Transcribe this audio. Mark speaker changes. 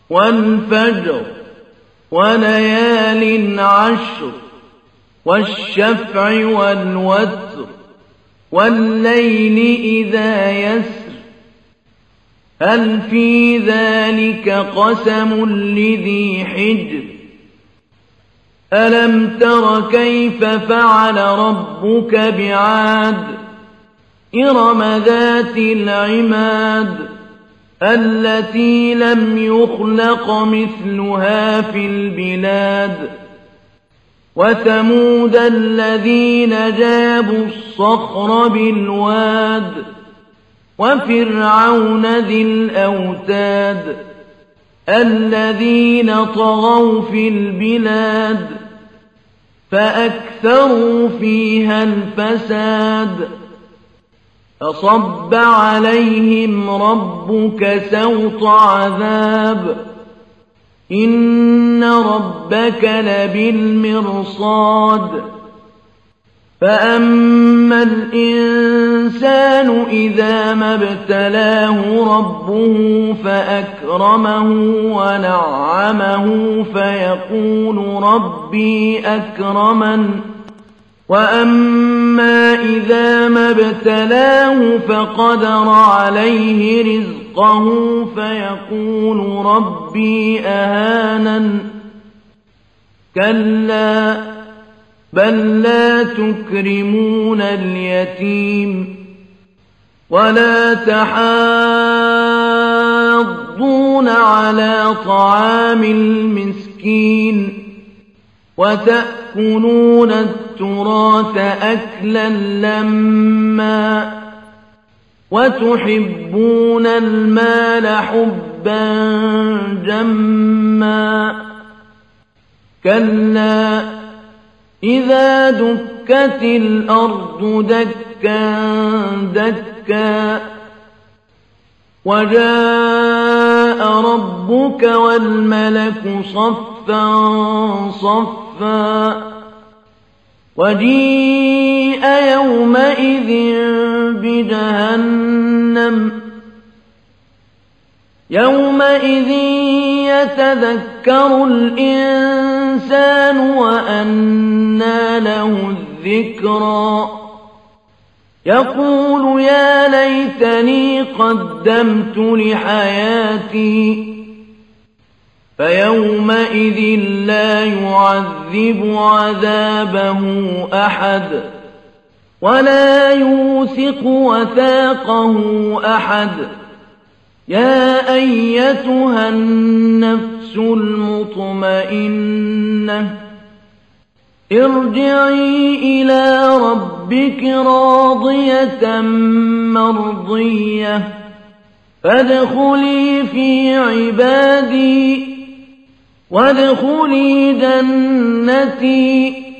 Speaker 1: والفجر وليال عشر والشفع والوتر والليل إذا يسر هل في ذلك قسم لذي حجر ألم تر كيف فعل ربك بعاد إرم ذات العماد التي لم يخلق مثلها في البلاد وثمود الذين جابوا الصخر بالواد وفرعون ذي الأوتاد الذين طغوا في البلاد فأكثروا فيها الفساد فصب عليهم ربك سوط عذاب إن ربك لبالمرصاد فأما الإنسان إذا ما ابتلاه ربه فأكرمه ونعمه فيقول ربي أكرمن وأما إذا ما ابتلاه فقدر عليه رزقه فيقول ربي أهانن كلا بل لا تكرمون اليتيم ولا تحاضون على طعام المسكين وتأكلون التراث أكلا لما وتحبون المال حبا جما كلا إذا دكت الأرض دكا دكا وجاء ربك والملك صفا صفا وجيء يومئذ بجهنم يومئذ يتذكر الإنسان وأنى له الذكرى يقول يا ليتني قدمت لحياتي فيومئذ لا يعذب عذابه أحد ولا يوثق وثاقه أحد يا أيتها النفس المطمئنة ارجعي إلى ربك راضية مرضية فادخلي في عبادي وادخلي جنتي